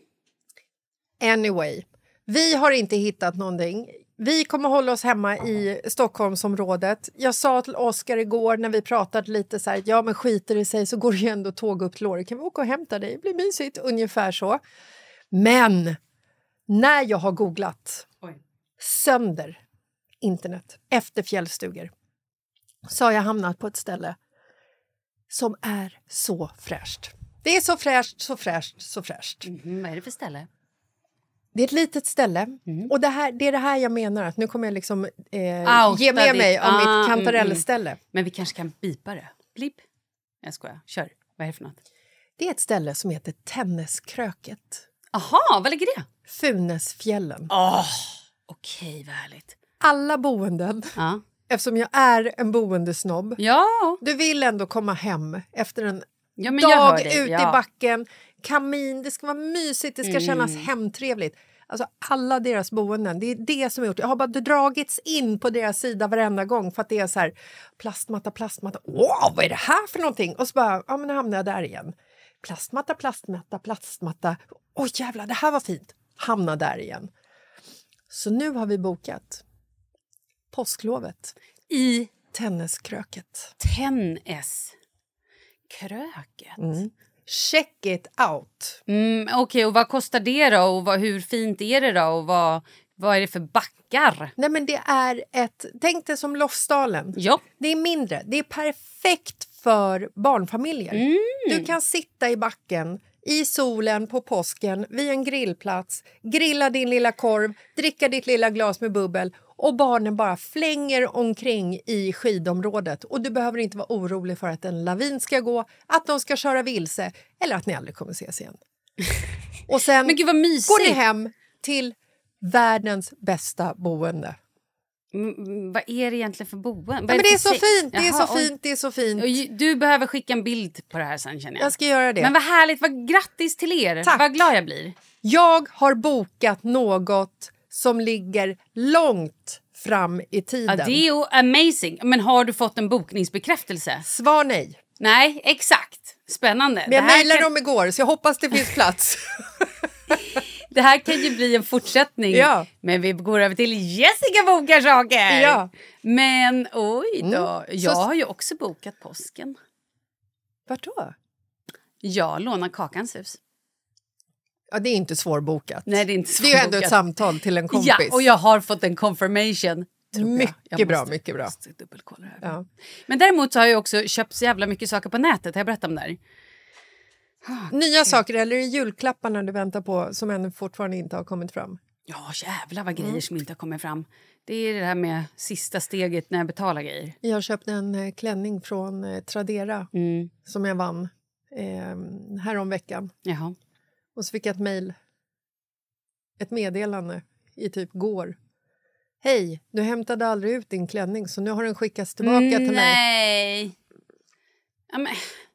D: Anyway, vi har inte hittat någonting. Vi kommer hålla oss hemma i Stockholmsområdet. Jag sa till Oscar igår när vi pratade lite så här, ja men skiter det sig så går det ju ändå tåg upp till Åre. Kan vi åka och hämta dig? Det blir mysigt, ungefär så. Men när jag har googlat sönder internet efter fjällstugor så har jag hamnat på ett ställe som är så fräscht. Det är så fräscht, så fräscht, så fräscht.
E: Vad är det för ställe?
D: Det är ett litet ställe. Och det är det här jag menar. Att nu kommer jag liksom ge med mig av mitt kantarellställe.
E: Men vi kanske kan bipa det. Blipp. Jag skojar. Kör. Vad är det för något?
D: Det är ett ställe som heter Tenneskröket.
E: Aha, vad ligger det?
D: Funäsfjällen.
E: Okej, vad härligt.
D: Alla boenden eftersom jag är en boendesnobb.
E: Ja.
D: Du vill ändå komma hem efter en
E: jag
D: dag ute i backen. Kamin, det ska vara mysigt, det ska kännas hemtrevligt. Alltså alla deras boenden, det är det som jag gjort. Jag har bara dragits in på deras sida varenda gång för att det är så här plastmatta. Åh, vad är det här för någonting? Och så bara, ja men nu hamnar jag där igen. Plastmatta. Åh jävlar, det här var fint. Hamna där igen. Så nu har vi bokat påsklovet
E: i
D: Tenniskröket.
E: Tenniskröket.
D: Check it out.
E: Okej, och vad kostar det då? Och hur fint är det då? Och vad är det för backar?
D: Nej, men det är tänk det som Lofsdalen.
E: Ja.
D: Det är mindre. Det är perfekt för barnfamiljer. Du kan sitta i backen i solen på påsken vid en grillplats, grilla din lilla korv, dricka ditt lilla glas med bubbel och barnen bara flänger omkring i skidområdet. Och du behöver inte vara orolig för att en lavin ska gå, att de ska köra vilse eller att ni aldrig kommer ses igen. Och sen
E: men gud, vad mysigt.
D: går ni hem till världens bästa boende.
E: Vad är det egentligen för boende?
D: Ja, men det är så fint, det är så fint.
E: Du behöver skicka en bild på det här sen, känner jag.
D: Jag ska göra det.
E: Men vad härligt, vad grattis till er.
D: Tack.
E: Vad glad jag blir.
D: Jag har bokat något som ligger långt fram i tiden.
E: Ja, det är ju amazing. Men har du fått en bokningsbekräftelse?
D: Svar nej.
E: Nej, exakt. Spännande.
D: Men jag mejlade dem igår så jag hoppas det finns plats.
E: Det här kan ju bli en fortsättning.
D: Ja.
E: Men vi går över till Jessica bokar saker.
D: Ja.
E: Men oj då. Jag har ju också bokat påsken.
D: Vart då?
E: Jag lånar Kakans hus.
D: Ja, det är inte svårbokat.
E: Nej, det är inte
D: svårbokat. Det är ju ändå ett samtal till en kompis.
E: Ja, och jag har fått en confirmation.
D: Mycket bra.
E: Måste dubbelkolla det här. Ja. Men däremot så har jag också köpt så jävla mycket saker på nätet. Har jag berättat om det här?
D: Nya saker eller julklapparna du väntar på som ännu fortfarande inte har kommit fram?
E: Ja, jävla vad grejer som inte har kommit fram. Det är det här med sista steget när jag betalar grejer.
D: Jag köpte en klänning från Tradera som jag vann här om veckan.
E: Jaha.
D: Och så fick jag ett meddelande i typ går. Hej, du hämtade aldrig ut din klänning så nu har den skickats tillbaka till mig.
E: Nej. Ja, men...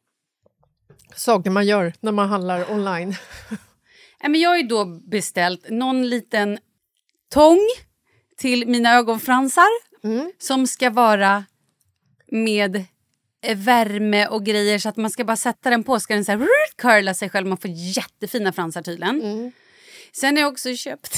D: Saker man gör när man handlar online.
E: Ja, men jag har ju då beställt någon liten tång till mina ögonfransar som ska vara med värme och grejer så att man ska bara sätta den på, ska den så här curla sig själv, man får jättefina fransar tydligen. Sen har jag också köpt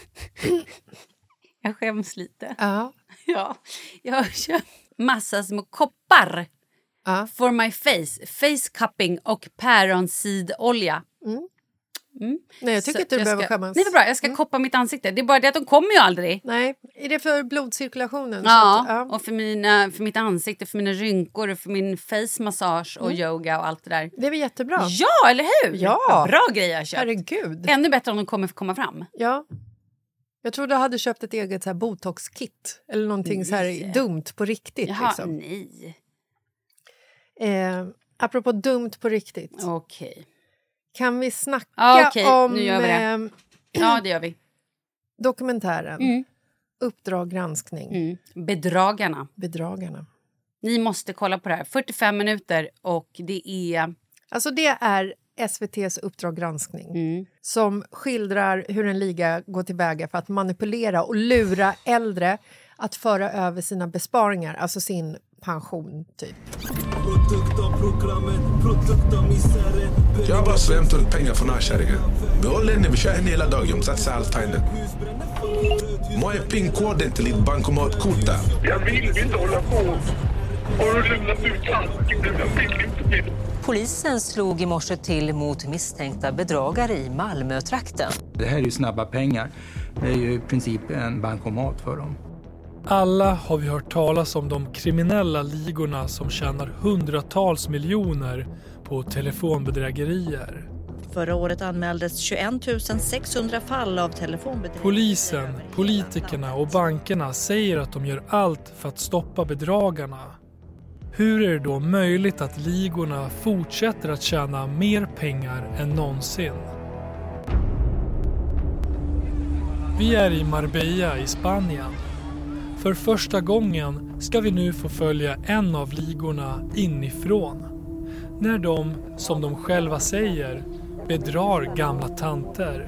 E: jag skäms lite.
D: Ja,
E: jag har köpt massa små koppar for my face cupping och päronsidolja.
D: Nej, jag tycker inte du behöver skämmas.
E: Nej, det är bra. Jag ska koppa mitt ansikte. Det är bara det att de kommer ju aldrig.
D: Nej, är det för blodcirkulationen?
E: Ja, och för mitt ansikte, för mina rynkor, för min face massage och yoga och allt det där.
D: Det är väl jättebra.
E: Ja, eller hur?
D: Ja.
E: Bra grejer jag har köpt.
D: Herregud.
E: Ännu bättre om de kommer komma fram.
D: Ja. Jag tror du hade köpt ett eget så här botox-kit. Eller någonting så här dumt på riktigt.
E: Jaha,
D: liksom.
E: nej.
D: Apropå dumt på riktigt.
E: Okej.
D: Kan vi snacka om...
E: nu gör vi det. Ja, det gör vi.
D: Dokumentären. Uppdrag granskning.
E: Bedragarna. Ni måste kolla på det här. 45 minuter och det är...
D: Alltså det är SVT:s Uppdrag granskning. Som skildrar hur en liga går tillväga för att manipulera och lura äldre att föra över sina besparingar. Alltså sin pension typ.
J: Jag har bara svämt ut pengar från den här kärringen. Vi håller henne, vi kör henne hela dagen. Satsar allt henne. Må är pin-koden till ditt bankomatkort där.
K: Jag vill inte hålla på och lämnat ut allt.
L: Polisen slog i morse till mot misstänkta bedragare i Malmö-trakten.
M: Det här är ju snabba pengar. Det är ju i princip en bankomat för dem.
N: Alla har vi hört talas om de kriminella ligorna som tjänar hundratals miljoner på telefonbedrägerier.
O: Förra året anmäldes 21 600 fall av telefonbedrägerier.
N: Polisen, politikerna och bankerna säger att de gör allt för att stoppa bedragarna. Hur är det då möjligt att ligorna fortsätter att tjäna mer pengar än någonsin? Vi är i Marbella i Spanien. För första gången ska vi nu få följa en av ligorna inifrån. När de, som de själva säger, bedrar gamla tanter.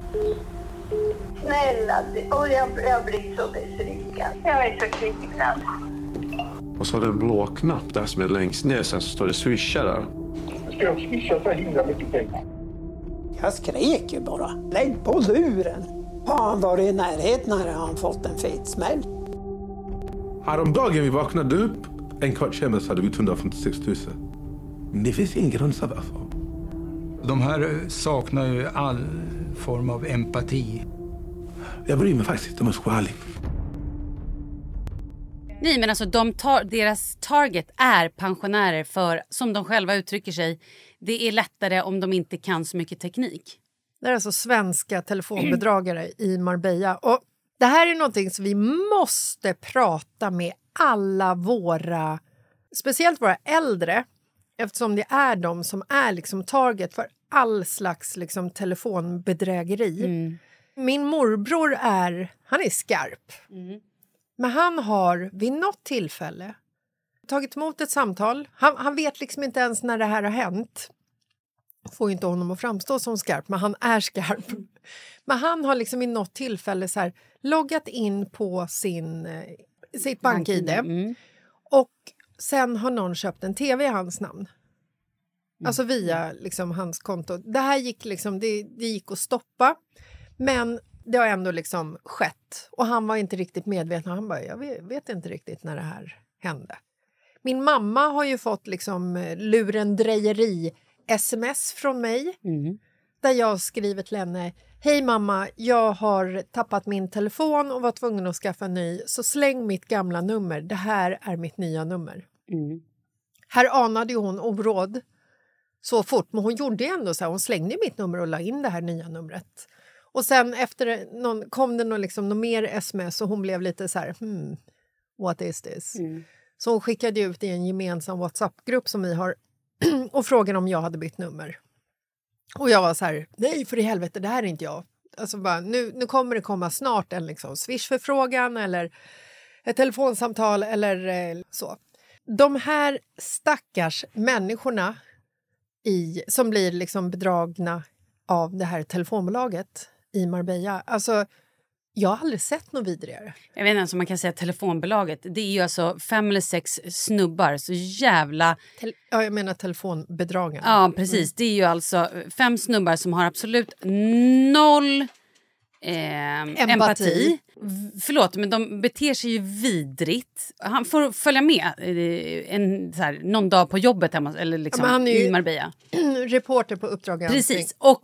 K: Snälla, jag blir så besviken. Jag är så kvicknad.
P: Och så har du en blå knapp där som är längst ner, sen så står det swisha där.
K: Ska jag swisha så himla mycket pengar?
Q: Jag skrek ju bara. Lägg på luren. Har han varit i närheten när han fått en fet smäll.
J: Häromdagen vi vaknade upp. En kvart senare så hade vi 156 000. Men det finns ingen grund för varför.
M: De här saknar ju all form av empati.
J: Jag bryr mig faktiskt inte om en skvaling.
E: Nej, men alltså deras target är pensionärer för, som de själva uttrycker sig, det är lättare om de inte kan så mycket teknik.
D: Det är alltså svenska telefonbedragare i Marbella. Och det här är någonting som vi måste prata med alla våra, speciellt våra äldre, eftersom det är de som är liksom target för all slags liksom telefonbedrägeri. Min morbror han är skarp. Men han har vid något tillfälle tagit emot ett samtal. Han vet liksom inte ens när det här har hänt. Får inte honom att framstå som skarp, men han är skarp. Men han har liksom vid något tillfälle så här loggat in på sitt bank-ID. Och sen har någon köpt en tv i hans namn. Alltså via liksom hans konto. Det här gick liksom, det gick att stoppa. Men det har ändå liksom skett. Och han var inte riktigt medveten. Han bara, jag vet inte riktigt när det här hände. Min mamma har ju fått liksom lurendrejeri-sms från mig. Där jag skriver till henne: hej mamma, jag har tappat min telefon och var tvungen att skaffa en ny. Så släng mitt gamla nummer. Det här är mitt nya nummer. Här anade ju hon oråd så fort. Men hon gjorde ändå så här. Hon slängde mitt nummer och la in det här nya numret. Och sen efter kom det något mer sms och hon blev lite så här, what is this? Så hon skickade ut i en gemensam WhatsApp-grupp som vi har och frågade om jag hade bytt nummer. Och jag var så här, nej för i helvete, det här är inte jag. Alltså bara, nu kommer det komma snart en liksom Swish-förfrågan eller ett telefonsamtal eller så. De här stackars människorna som blir liksom bedragna av det här telefonbolaget i Marbella. Alltså, jag har aldrig sett något vidrigare.
E: Jag vet inte ens om man kan säga telefonbolaget. Det är ju alltså 5 eller 6 snubbar. Så jävla...
D: Ja, jag menar telefonbedragarna.
E: Ja, precis. Det är ju alltså 5 snubbar som har absolut noll empati. Förlåt, men de beter sig ju vidrigt. Han får följa med någon dag på jobbet hemma, eller liksom
D: han är ju
E: i Marbella.
D: Reporter på Uppdrag.
E: Precis, och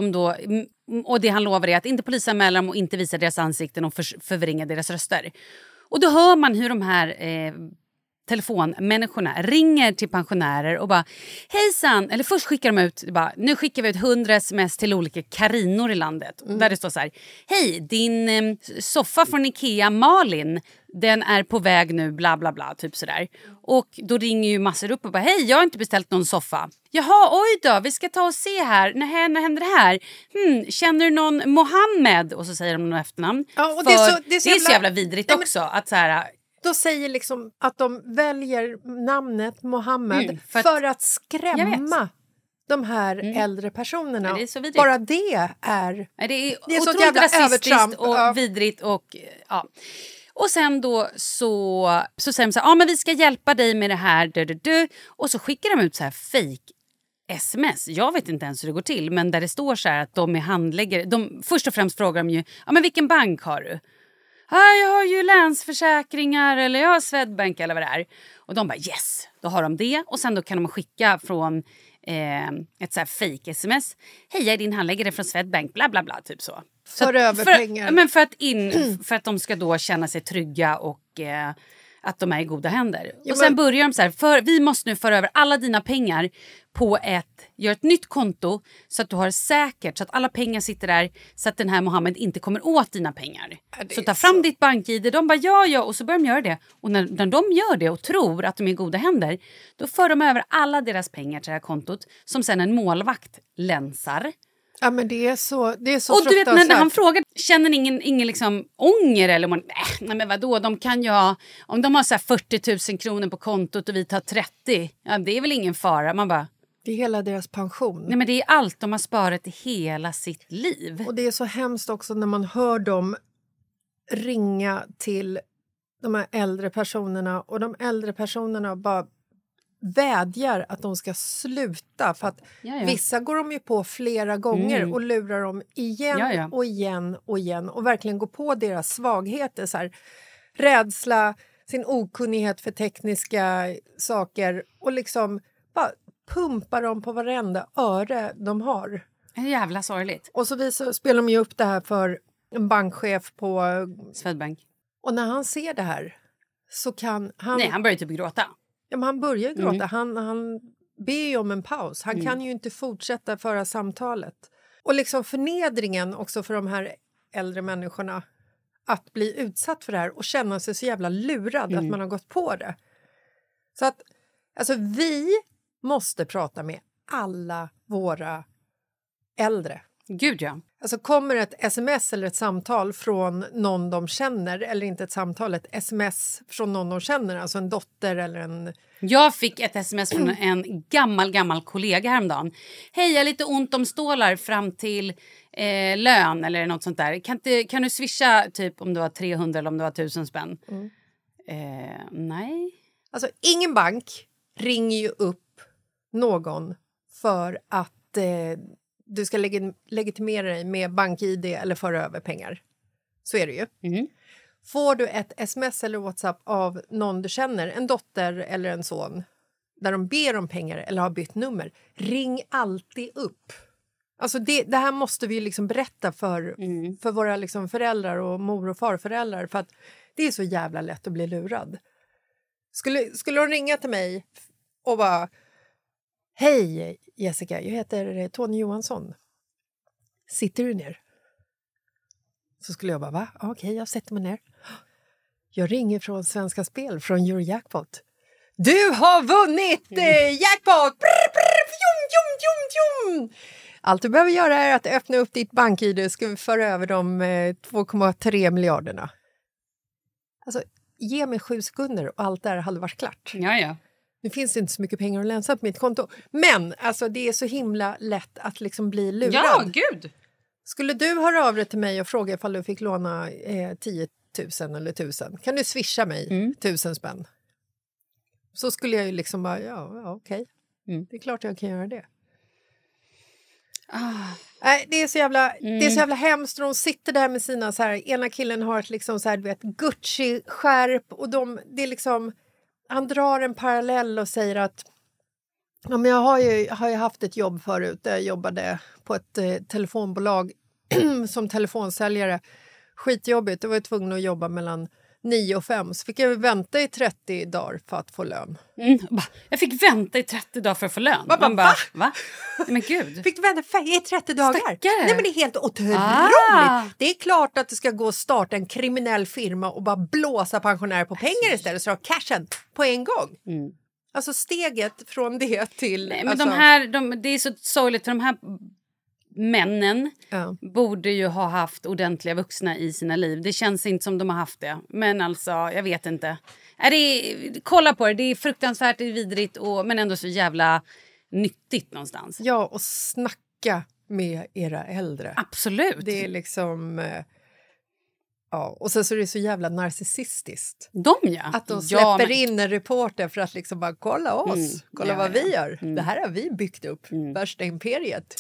E: det han lovar är att inte polisanmäla dem och inte visa deras ansikten och förvränga deras röster. Och då hör man hur de här telefonmänniskorna ringer till pensionärer och bara, hejsan, eller först skickar de ut, bara, nu skickar vi ut 100 sms till olika karinor i landet. Där det står så här, hej, din soffa från Ikea Malin, den är på väg nu, bla bla bla, typ sådär. Och då ringer ju massor upp och bara, hej, jag har inte beställt någon soffa. Jaha, oj då, vi ska ta och se här. När händer det här? Känner du någon Mohammed? Och så säger de någon efternamn.
D: Ja, och
E: det är så jävla vidrigt också. Att så här,
D: då säger liksom att de väljer namnet Mohammed för att skrämma de här äldre personerna.
E: Ja, det är så vidrigt.
D: Bara det är
E: så jävla rasistiskt och vidrigt. Och, ja. Och sen då så säger de så här, men vi ska hjälpa dig med det här. Och så skickar de ut så här fake sms. Jag vet inte ens hur det går till, men där det står så här att de är handläggare. Först och främst frågar de ju, men vilken bank har du? Jag har ju Länsförsäkringar eller jag har Swedbank eller vad det är. Och de bara yes, då har de det. Och sen då kan de skicka från ett så här fake sms. Hej, jag är din handläggare från Swedbank, bla bla bla, typ så.
D: För över pengar.
E: Men för att de ska då känna sig trygga och att de är i goda händer. Och sen börjar de så här, vi måste nu föra över alla dina pengar på gör ett nytt konto så att du har säkert, så att alla pengar sitter där, så att den här Mohammed inte kommer åt dina pengar. Så ta fram ditt bank-ID, de bara ja, och så börjar de göra det. Och när de gör det och tror att de är i goda händer, då för de över alla deras pengar till det här kontot, som sen en målvakt länsar.
D: Ja, men det är så
E: och du vet, när han frågar, känner ni ingen liksom ånger? Eller nej men vadå, de kan ju ha, om de har så här 40 000 kronor på kontot och vi tar 30, ja det är väl ingen fara. Man bara...
D: Det är hela deras pension.
E: Nej, men det är allt de har sparat i hela sitt liv.
D: Och det är så hemskt också när man hör dem ringa till de här äldre personerna. Och de äldre personerna bara vädjar att de ska sluta. För att vissa går de ju på flera gånger och lurar dem igen och igen och igen. Och verkligen går på deras svagheter. Så här, rädsla, sin okunnighet för tekniska saker. Och liksom bara pumpar dem på varenda öre de har.
E: Det är jävla sorgligt.
D: Och så spelar de ju upp det här för en bankchef på
E: Swedbank.
D: Och när han ser det här så kan han...
E: Nej, han börjar typ gråta.
D: Ja, men han börjar gråta. Han ber ju om en paus. Han kan ju inte fortsätta föra samtalet. Och liksom förnedringen också för de här äldre människorna att bli utsatt för det här och känna sig så jävla lurad att man har gått på det. Så att alltså vi måste prata med alla våra äldre.
E: Gud ja.
D: Alltså kommer ett sms eller ett samtal från någon de känner, eller inte ett samtal, ett sms från någon de känner, alltså en dotter eller en...
E: Jag fick ett sms från en gammal kollega häromdagen. Hej, jag har lite ont om stålar fram till lön eller något sånt där. Kan du swisha typ om det var 300 eller om det var 1000 spänn? Nej.
D: Alltså ingen bank ringer ju upp någon för att du ska legitimera dig med BankID eller föra över pengar. Så är det ju. Får du ett sms eller WhatsApp av någon du känner, en dotter eller en son, där de ber om pengar eller har bytt nummer, ring alltid upp. Alltså det här måste vi liksom berätta för våra liksom föräldrar och mor- och farföräldrar, för att det är så jävla lätt att bli lurad. Skulle de ringa till mig och bara: hej Jessica, jag heter Tony Johansson. Sitter du ner? Så skulle jag bara, va? Okej, jag sätter mig ner. Jag ringer från Svenska Spel, från Eurojackpot. Du har vunnit jackpot! Brr, brr, fjum, fjum, fjum, fjum. Allt du behöver göra är att öppna upp ditt BankID. Ska vi föra över de 2,3 miljarderna. Alltså, ge mig 7 sekunder och allt där hade varit klart.
E: Ja.
D: Nu finns det inte så mycket pengar att länsa på mitt konto. Men alltså, det är så himla lätt att liksom bli lurad.
E: Ja, gud!
D: Skulle du höra av dig till mig och fråga ifall du fick låna 10 000 eller 1000? Kan du swisha mig 1000 spänn? Så skulle jag ju liksom bara, ja okej. Det är klart jag kan göra det. Nej, det är så jävla hemskt. De sitter där med sina så här, ena killen har ett liksom så här, du vet, Gucci-skärp och det är liksom, han drar en parallell och säger att ja, men jag har ju haft ett jobb förut där jag jobbade på ett telefonbolag som telefonsäljare. Skitjobbigt, jag var tvungen att jobba mellan 9 och 5, så fick jag vänta i 30 dagar för att få lön.
E: Jag fick vänta i 30 dagar för att få lön.
D: Man bara, va?
E: Men gud.
D: Fick du vänta i 30 dagar?
E: Stackare.
D: Nej, men det är helt otroligt. Det är klart att det ska gå att starta en kriminell firma och bara blåsa pensionärer på pengar istället, så har cashen på en gång. Alltså steget från det till...
E: Nej, men det är så sorgligt, för de här männen borde ju ha haft ordentliga vuxna i sina liv. Det känns inte som de har haft det. Men alltså, jag vet inte. Kolla på det, det är fruktansvärt, det är vidrigt, men ändå så jävla nyttigt någonstans.
D: Ja, och snacka med era äldre.
E: Absolut.
D: Det är liksom... Ja, och sen så är det så jävla narcissistiskt. Att de släpper in en reporter för att liksom bara kolla oss. Kolla vad vi gör. Det här har vi byggt upp. Värsta imperiet.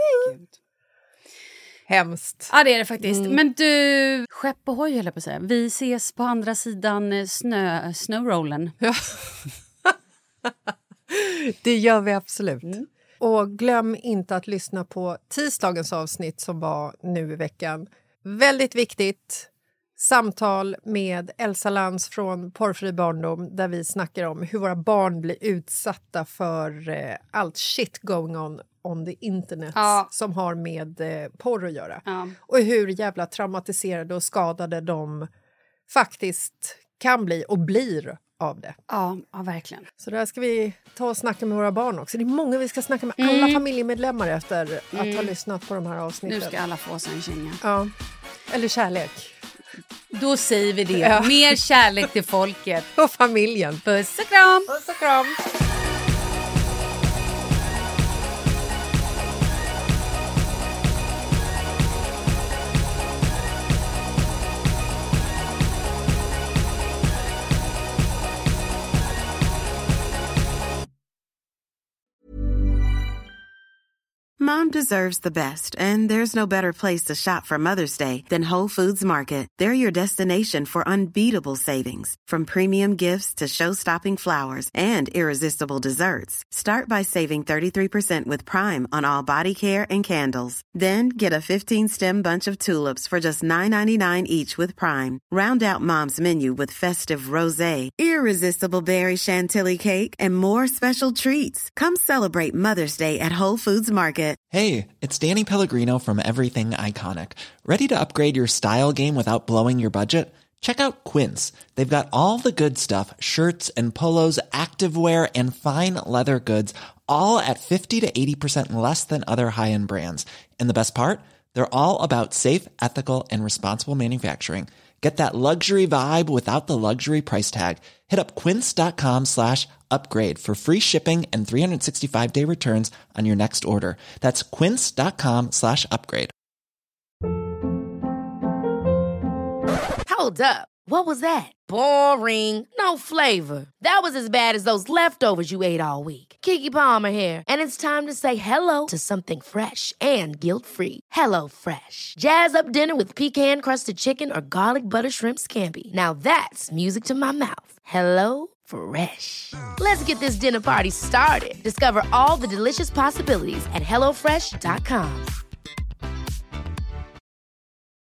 D: Hemskt.
E: Ja, det är det faktiskt. Men du, skepp och hoj, höll jag på att säga. Vi ses på andra sidan snowrollen.
D: Ja. Det gör vi absolut. Och glöm inte att lyssna på tisdagens avsnitt som var nu i veckan. Väldigt viktigt samtal med Elsa Lantz från Porrfri barndom, där vi snackar om hur våra barn blir utsatta för allt shit going on the internet som har med porr att göra. Och hur jävla traumatiserade och skadade de faktiskt kan bli och blir av det.
E: Ja, verkligen.
D: Så där ska vi ta och snacka med våra barn också. Det är många vi ska snacka med, alla familjemedlemmar efter att ha lyssnat på de här avsnitten.
E: Nu ska alla få sig en känga.
D: Ja, eller kärlek.
E: Då säger vi det. Ja. Mer kärlek till folket.
D: Och familjen.
E: Puss och kram.
D: Puss och kram.
R: Mom deserves the best, and there's no better place to shop for Mother's Day than Whole Foods Market. They're your destination for unbeatable savings, from premium gifts to show-stopping flowers and irresistible desserts. Start by saving 33% with Prime on all body care and candles. Then get a 15-stem bunch of tulips for just $9.99 each with Prime. Round out Mom's menu with festive rosé, irresistible berry chantilly cake, and more special treats. Come celebrate Mother's Day at Whole Foods Market.
S: Hey, it's Danny Pellegrino from Everything Iconic. Ready to upgrade your style game without blowing your budget? Check out Quince. They've got all the good stuff, shirts and polos, activewear, and fine leather goods, all at 50 to 80% less than other high-end brands. And the best part? They're all about safe, ethical, and responsible manufacturing. Get that luxury vibe without the luxury price tag. Hit up quince.com/upgrade for free shipping and 365-day returns on your next order. That's quince.com/upgrade.
A: Hold up. What was that? Boring. No flavor. That was as bad as those leftovers you ate all week. Keke Palmer here, and it's time to say hello to something fresh and guilt-free. Hello Fresh. Jazz up dinner with pecan-crusted chicken or garlic butter shrimp scampi. Now that's music to my mouth. Hello Fresh. Let's get this dinner party started. Discover all the delicious possibilities at hellofresh.com.